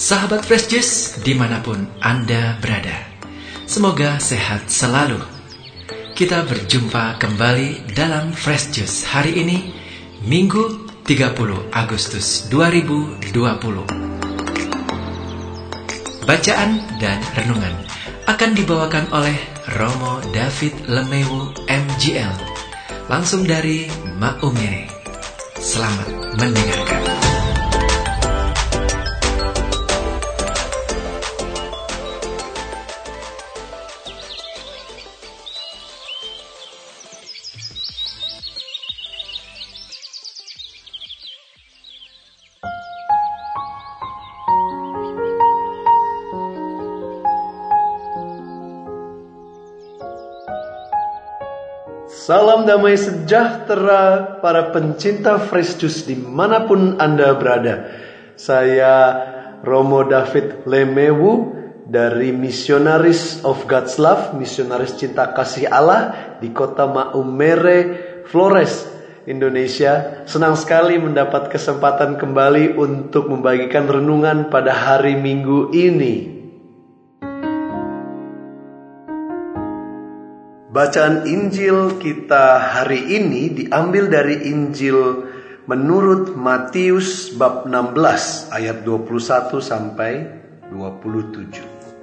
Sahabat Fresh Juice dimanapun Anda berada, semoga sehat selalu. Kita berjumpa kembali dalam Fresh Juice hari ini, Minggu 30 Agustus 2020. Bacaan dan renungan akan dibawakan oleh Romo David Lemewu MGL, langsung dari Maumere. Selamat mendengarkan. Salam damai sejahtera para pencinta Fresh Juice dimanapun Anda berada. Saya Romo David Lemewu dari Missionaries of God's Love, Misionaris Cinta Kasih Allah di kota Maumere, Flores, Indonesia. Senang sekali mendapat kesempatan kembali untuk membagikan renungan pada hari Minggu ini. Bacaan Injil kita hari ini diambil dari Injil menurut Matius bab 16 ayat 21 sampai 27.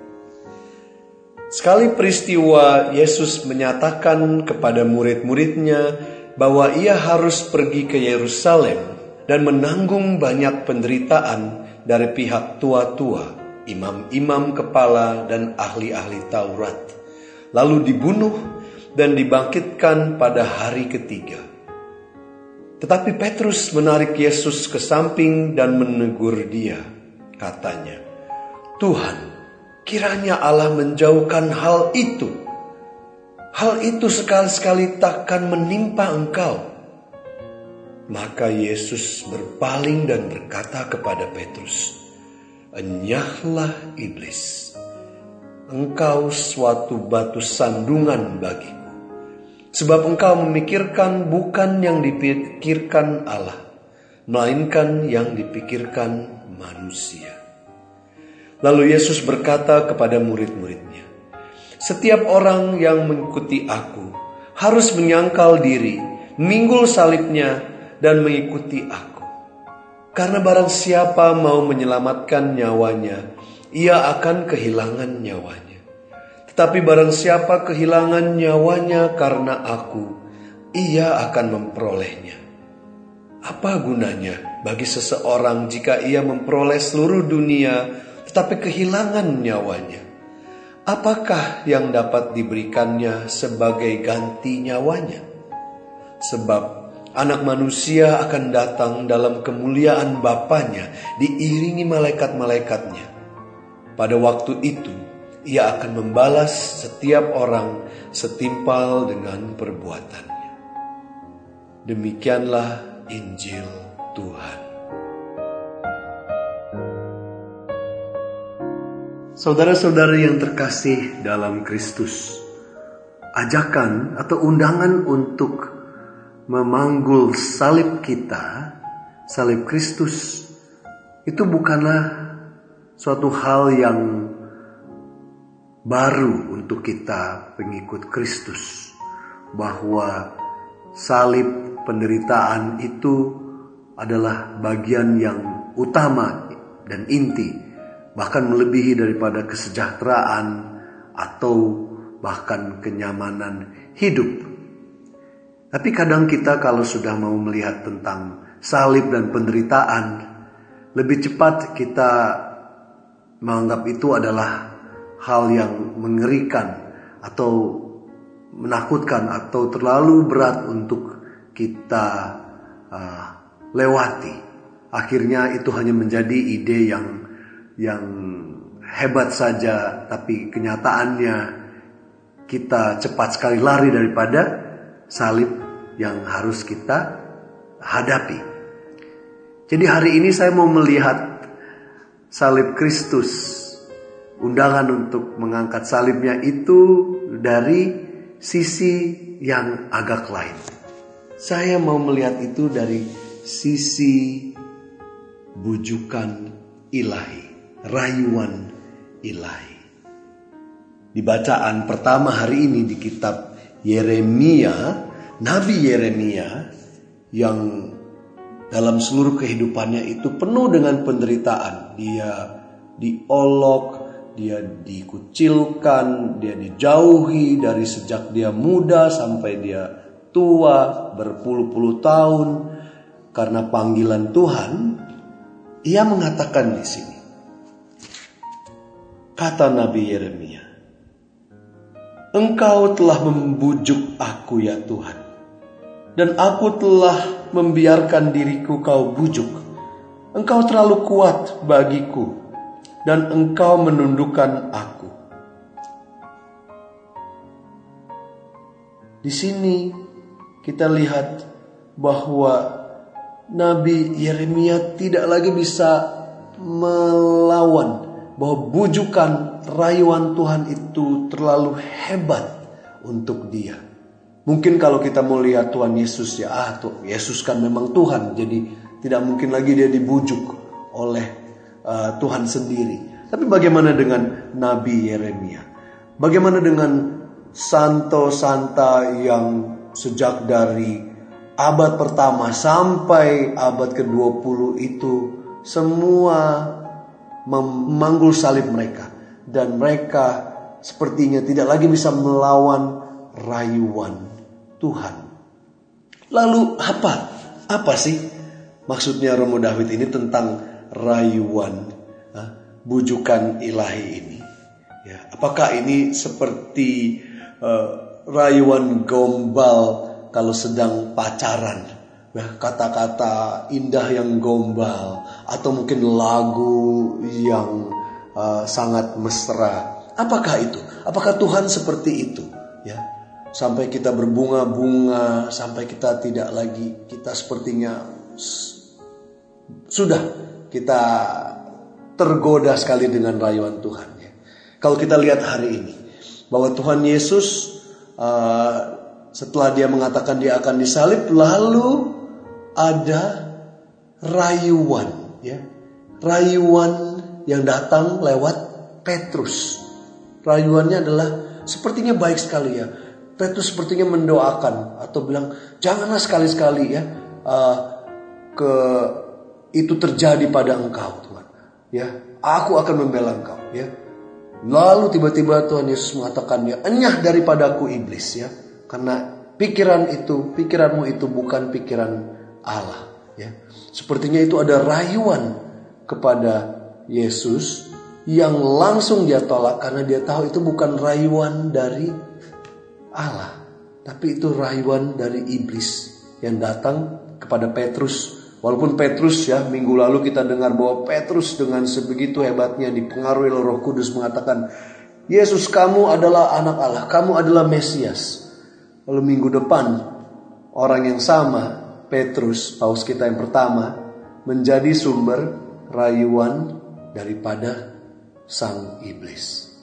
Sekali peristiwa Yesus menyatakan kepada murid-muridnya bahwa ia harus pergi ke Yerusalem dan menanggung banyak penderitaan dari pihak tua-tua, imam-imam kepala dan ahli-ahli Taurat, lalu dibunuh dan dibangkitkan pada hari ketiga. Tetapi Petrus menarik Yesus ke samping dan menegur dia. Katanya, "Tuhan, kiranya Allah menjauhkan hal itu. Hal itu sekali-sekali takkan menimpa engkau." Maka Yesus berpaling dan berkata kepada Petrus, "Enyahlah iblis. Engkau suatu batu sandungan bagiku. Sebab engkau memikirkan bukan yang dipikirkan Allah, melainkan yang dipikirkan manusia." Lalu Yesus berkata kepada murid-muridnya, "Setiap orang yang mengikuti aku harus menyangkal diri, memikul salibnya dan mengikuti aku. Karena barang siapa mau menyelamatkan nyawanya, ia akan kehilangan nyawanya. Tetapi barang siapa kehilangan nyawanya karena aku, ia akan memperolehnya. Apa gunanya bagi seseorang jika ia memperoleh seluruh dunia, tetapi kehilangan nyawanya? Apakah yang dapat diberikannya sebagai ganti nyawanya? Sebab Anak Manusia akan datang dalam kemuliaan Bapanya, diiringi malaikat-malaikatnya. Pada waktu itu, ia akan membalas setiap orang setimpal dengan perbuatannya." Demikianlah Injil Tuhan. Saudara-saudara yang terkasih dalam Kristus, ajakan atau undangan untuk memanggul salib kita, salib Kristus, itu bukanlah suatu hal yang baru untuk kita pengikut Kristus, bahwa salib penderitaan itu adalah bagian yang utama dan inti, bahkan melebihi daripada kesejahteraan atau bahkan kenyamanan hidup. Tapi kadang kita kalau sudah mau melihat tentang salib dan penderitaan, lebih cepat kita menganggap itu adalah hal yang mengerikan atau menakutkan atau terlalu berat untuk kita lewati. Akhirnya itu hanya menjadi ide yang hebat saja, tapi kenyataannya kita cepat sekali lari daripada salib yang harus kita hadapi. Jadi hari ini saya mau melihat salib Kristus, undangan untuk mengangkat salibnya itu dari sisi yang agak lain. Saya mau melihat itu dari sisi bujukan ilahi. rayuan ilahi. Di bacaan pertama hari ini di kitab Yeremia, Nabi Yeremia yang dalam seluruh kehidupannya itu penuh dengan penderitaan. Dia diolok, dia dikucilkan, dia dijauhi dari sejak dia muda sampai dia tua berpuluh-puluh tahun karena panggilan Tuhan. Ia mengatakan di sini, kata Nabi Yeremia, "Engkau telah membujuk aku ya Tuhan, dan aku telah membiarkan diriku kau bujuk. Engkau terlalu kuat bagiku, dan engkau menundukkan aku." Di sini kita lihat bahwa Nabi Yeremia tidak lagi bisa melawan, bahwa bujukan rayuan Tuhan itu terlalu hebat untuk dia. Mungkin kalau kita mau lihat Tuhan Yesus ya, Yesus kan memang Tuhan, jadi tidak mungkin lagi dia dibujuk oleh Tuhan sendiri. Tapi bagaimana dengan Nabi Yeremia? Bagaimana dengan santo-santa yang sejak dari abad pertama sampai abad ke-20 itu semua memanggul salib mereka, dan mereka sepertinya tidak lagi bisa melawan rayuan Tuhan. Lalu apa sih maksudnya Romo David ini tentang rayuan, bujukan ilahi ini? Ya, apakah ini seperti rayuan gombal kalau sedang pacaran? Kata-kata indah yang gombal, atau mungkin lagu yang sangat mesra. Apakah itu? Apakah Tuhan seperti itu? Ya, sampai kita berbunga-bunga, sampai kita tidak lagi, kita sepertinya sudah kita tergoda sekali dengan rayuan Tuhan. Ya. Kalau kita lihat hari ini bahwa Tuhan Yesus setelah dia mengatakan dia akan disalib, lalu ada rayuan, ya, rayuan yang datang lewat Petrus. Rayuannya adalah sepertinya baik sekali ya. Petrus sepertinya mendoakan atau bilang, janganlah sekali-sekali ya itu terjadi pada engkau Tuhan. Ya, aku akan membela engkau. Ya. Lalu tiba-tiba Tuhan Yesus mengatakan, ya, enyah daripadaku iblis ya, karena pikiranmu itu bukan pikiran Allah. Ya. Sepertinya itu ada rayuan kepada Yesus yang langsung dia tolak karena dia tahu itu bukan rayuan dari Allah, tapi itu rayuan dari iblis yang datang kepada Petrus. Walaupun Petrus ya, minggu lalu kita dengar bahwa Petrus dengan sebegitu hebatnya dipengaruhi oleh Roh Kudus mengatakan, Yesus, kamu adalah anak Allah, kamu adalah Mesias. Lalu minggu depan orang yang sama, Petrus, paus kita yang pertama, menjadi sumber rayuan daripada sang iblis.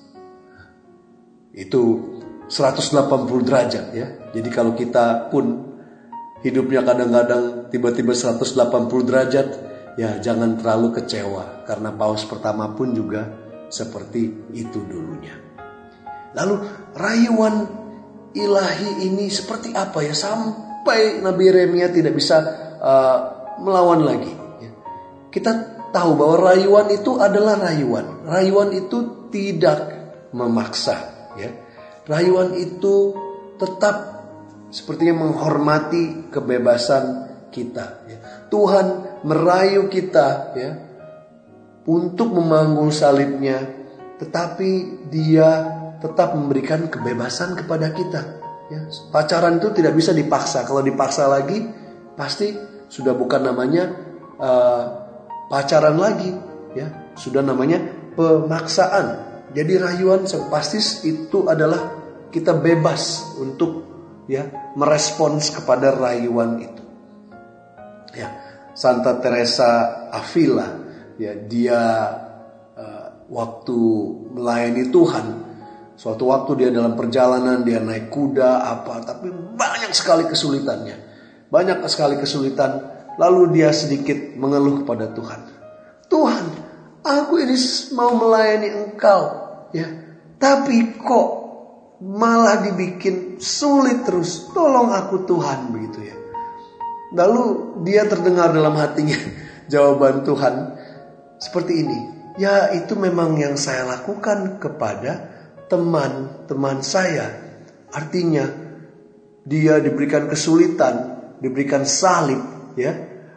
Itu 180 derajat ya. Jadi kalau kita pun hidupnya kadang-kadang tiba-tiba 180 derajat, ya jangan terlalu kecewa, karena paus pertama pun juga seperti itu dulunya. Lalu rayuan ilahi ini seperti apa ya, sampai Nabi Yeremia tidak bisa melawan lagi ya. Kita tahu bahwa rayuan itu adalah rayuan. Rayuan itu tidak memaksa ya. Rayuan itu tetap sepertinya menghormati kebebasan kita ya. Tuhan merayu kita ya untuk memanggul salibnya, tetapi Dia tetap memberikan kebebasan kepada kita ya. Pacaran itu tidak bisa dipaksa. Kalau dipaksa lagi pasti sudah bukan namanya pacaran lagi ya, sudah namanya pemaksaan. Jadi rayuan pasti itu adalah kita bebas untuk ya merespons kepada rayuan itu. Ya, Santa Teresa Avila ya, dia waktu melayani Tuhan, suatu waktu dia dalam perjalanan, dia naik kuda tapi banyak sekali kesulitannya. Banyak sekali kesulitan, lalu dia sedikit mengeluh kepada Tuhan. Tuhan, aku ini mau melayani engkau, ya. Tapi kok malah dibikin sulit terus. Tolong aku Tuhan, begitu ya. Lalu dia terdengar dalam hatinya jawaban Tuhan seperti ini. Ya, itu memang yang saya lakukan kepada teman-teman saya. Artinya dia diberikan kesulitan, diberikan salib, ya,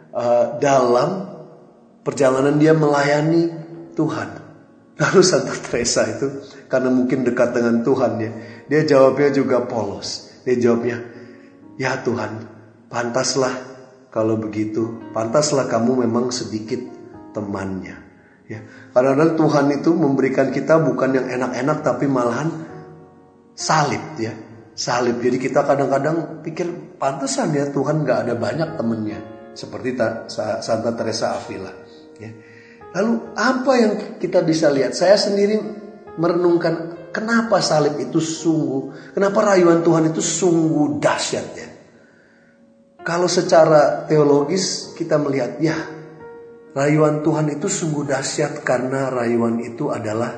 dalam perjalanan dia melayani Tuhan. Lalu Santa Teresa itu karena mungkin dekat dengan Tuhan, ya, dia jawabnya juga polos. Dia jawabnya, ya Tuhan, pantaslah kalau begitu. Pantaslah kamu memang sedikit temannya. Ya, kadang-kadang Tuhan itu memberikan kita bukan yang enak-enak, tapi malahan salib, ya. Salib. Jadi kita kadang-kadang pikir pantesan ya Tuhan gak ada banyak temennya. Seperti Santa Teresa Avila, ya. Lalu apa yang kita bisa lihat? Saya sendiri merenungkan kenapa salib itu kenapa rayuan Tuhan itu sungguh dahsyat, ya. Kalau secara teologis kita melihat, ya, rayuan Tuhan itu sungguh dahsyat karena rayuan itu adalah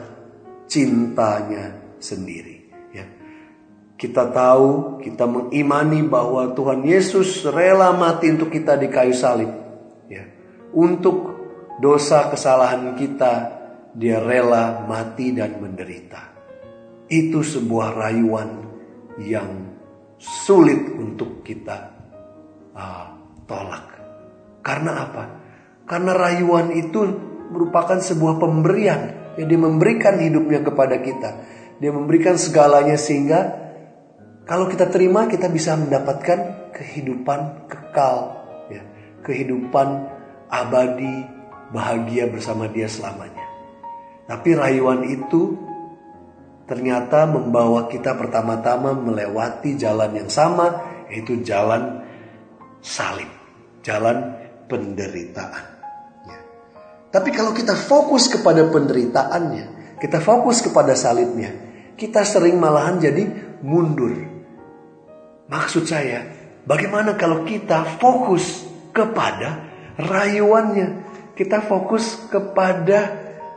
cintanya sendiri. Kita tahu, kita mengimani bahwa Tuhan Yesus rela mati untuk kita di kayu salib, ya. Untuk dosa kesalahan kita, dia rela mati dan menderita. Itu sebuah rayuan yang sulit untuk kita tolak. Karena apa? Karena rayuan itu merupakan sebuah pemberian. Dia memberikan hidupnya kepada kita. Dia memberikan segalanya sehingga kalau kita terima, kita bisa mendapatkan kehidupan kekal, ya, kehidupan abadi, bahagia bersama dia selamanya. Tapi rayuan itu ternyata membawa kita pertama-tama melewati jalan yang sama, yaitu jalan salib, jalan penderitaan. Ya. Tapi kalau kita fokus kepada penderitaannya, kita fokus kepada salibnya, kita sering malahan jadi mundur. Maksud saya, bagaimana kalau kita fokus kepada rayuannya? Kita fokus kepada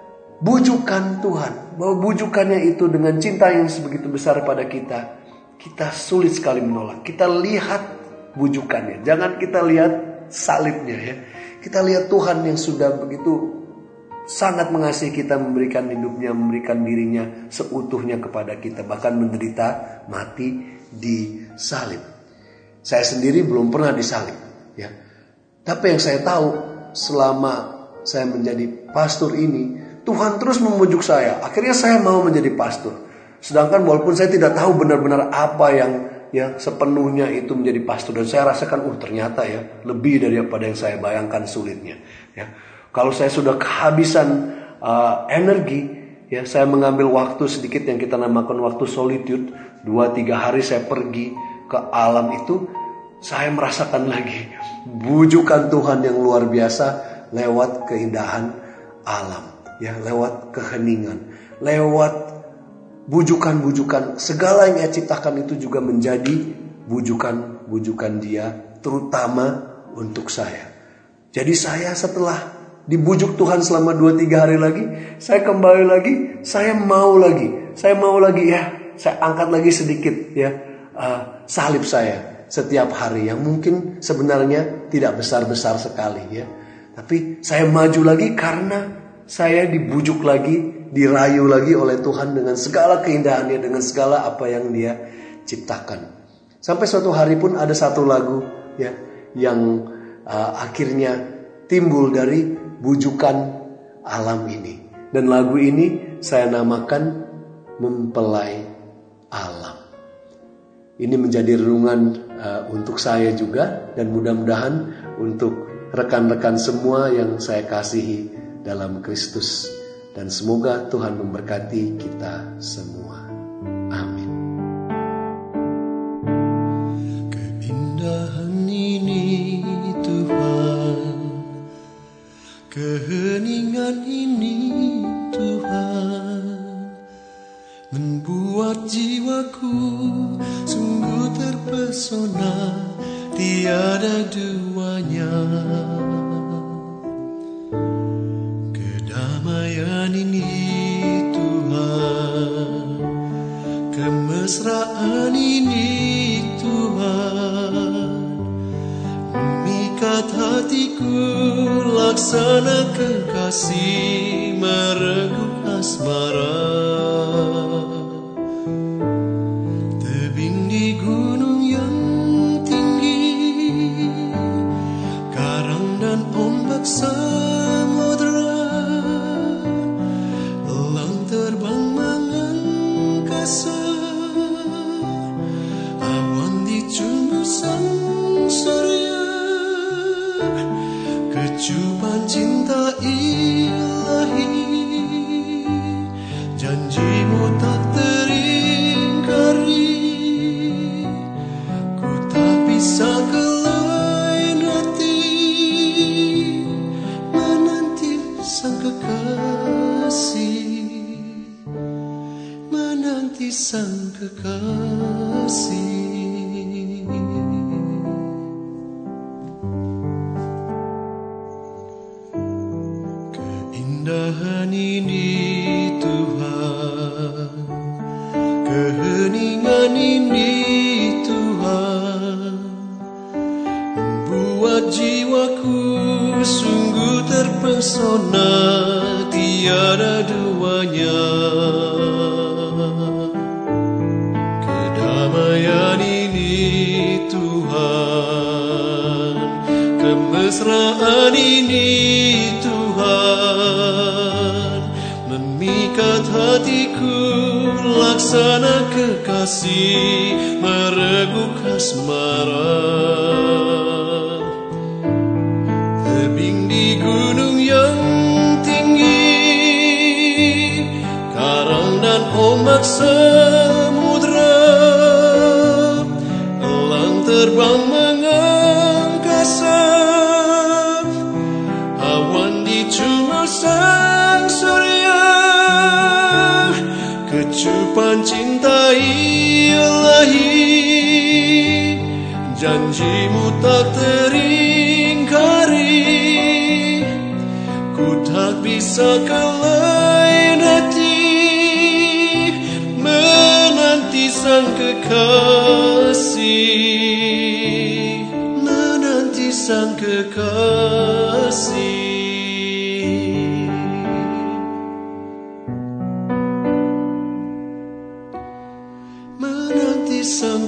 bujukan Tuhan. Bahwa bujukannya itu dengan cinta yang sebegitu besar pada kita, kita sulit sekali menolak. Kita lihat bujukannya. Jangan kita lihat salibnya, ya. Kita lihat Tuhan yang sudah begitu sangat mengasihi kita, memberikan hidupnya, memberikan dirinya seutuhnya kepada kita. Bahkan menderita mati di salib. Saya sendiri belum pernah disalib, ya. Tapi yang saya tahu selama saya menjadi pastor ini, Tuhan terus memujuk saya. Akhirnya saya mau menjadi pastor. Sedangkan walaupun saya tidak tahu benar-benar apa yang, ya, sepenuhnya itu menjadi pastor, dan saya rasakan ternyata, ya, lebih daripada yang saya bayangkan sulitnya, ya. Kalau saya sudah kehabisan energi, ya, saya mengambil waktu sedikit yang kita namakan waktu solitude. 2-3 hari saya pergi ke alam itu, saya merasakan lagi bujukan Tuhan yang luar biasa lewat keindahan alam, ya, lewat keheningan, lewat bujukan-bujukan. Segala yang Ia ciptakan itu juga menjadi bujukan-bujukan Dia, terutama untuk saya. Jadi saya setelah dibujuk Tuhan selama 2-3 hari lagi, saya kembali lagi, saya mau lagi, ya, saya angkat lagi sedikit, ya, salib saya setiap hari yang mungkin sebenarnya tidak besar-besar sekali, ya. Tapi saya maju lagi karena saya dibujuk lagi, dirayu lagi oleh Tuhan dengan segala keindahannya, dengan segala apa yang Dia ciptakan. Sampai suatu hari pun ada satu lagu, ya, yang akhirnya timbul dari bujukan alam ini. Dan lagu ini saya namakan Mempelai Alam. Ini menjadi renungan untuk saya juga, dan mudah-mudahan untuk rekan-rekan semua yang saya kasihi dalam Kristus. Dan semoga Tuhan memberkati kita semua. Amin. Keindahan ini Tuhan, keheningan ini Tuhan, membuat jiwaku sungguh terpesona, tiada duanya. Kedamaian keindahan ini Tuhan, memikat hatiku, laksana kekasih, meregup asmara. Tebing di gunung yang tinggi, karang dan ombak samudra, elang terbang mengangkasa, awan di cumbu sang surya, kecupan cinta ilahi, janjimu tak teringkari, ku tak bisa ke lain hati, menanti sang kekasih, menanti sang kekasih. Keindahan ini Tuhan, keheningan ini Tuhan, membuat jiwaku sungguh terpesona, tiada duanya. Kedamaian ini Tuhan, kemesraan ini Tuhan, memikat hatiku, laksana kekasih, meregup asmara. Tebing di gunung yang tinggi, karang dan ombak samudra, elang terbang mengangkasa, awan di cumbu sang surya, kecupan cinta ilahi, janjimu tak teringkari, ku tak bisa ke lain hati, menanti sang kekasih, menanti sang kekasih. Menanti sang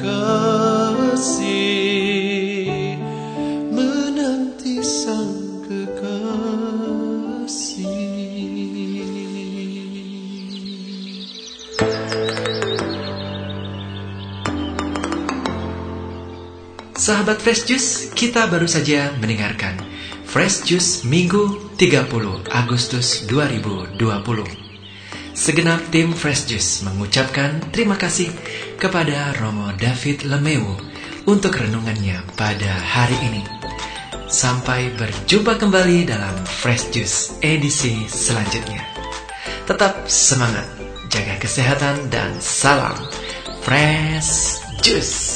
kekasih, menanti sang kekasih. Sahabat Fresh Juice, kita baru saja mendengarkan Fresh Juice Minggu 30 Agustus 2020. Segenap tim Fresh Juice mengucapkan terima kasih kepada Romo David Lemewu untuk renungannya pada hari ini. Sampai berjumpa kembali dalam Fresh Juice edisi selanjutnya. Tetap semangat, jaga kesehatan, dan salam Fresh Juice.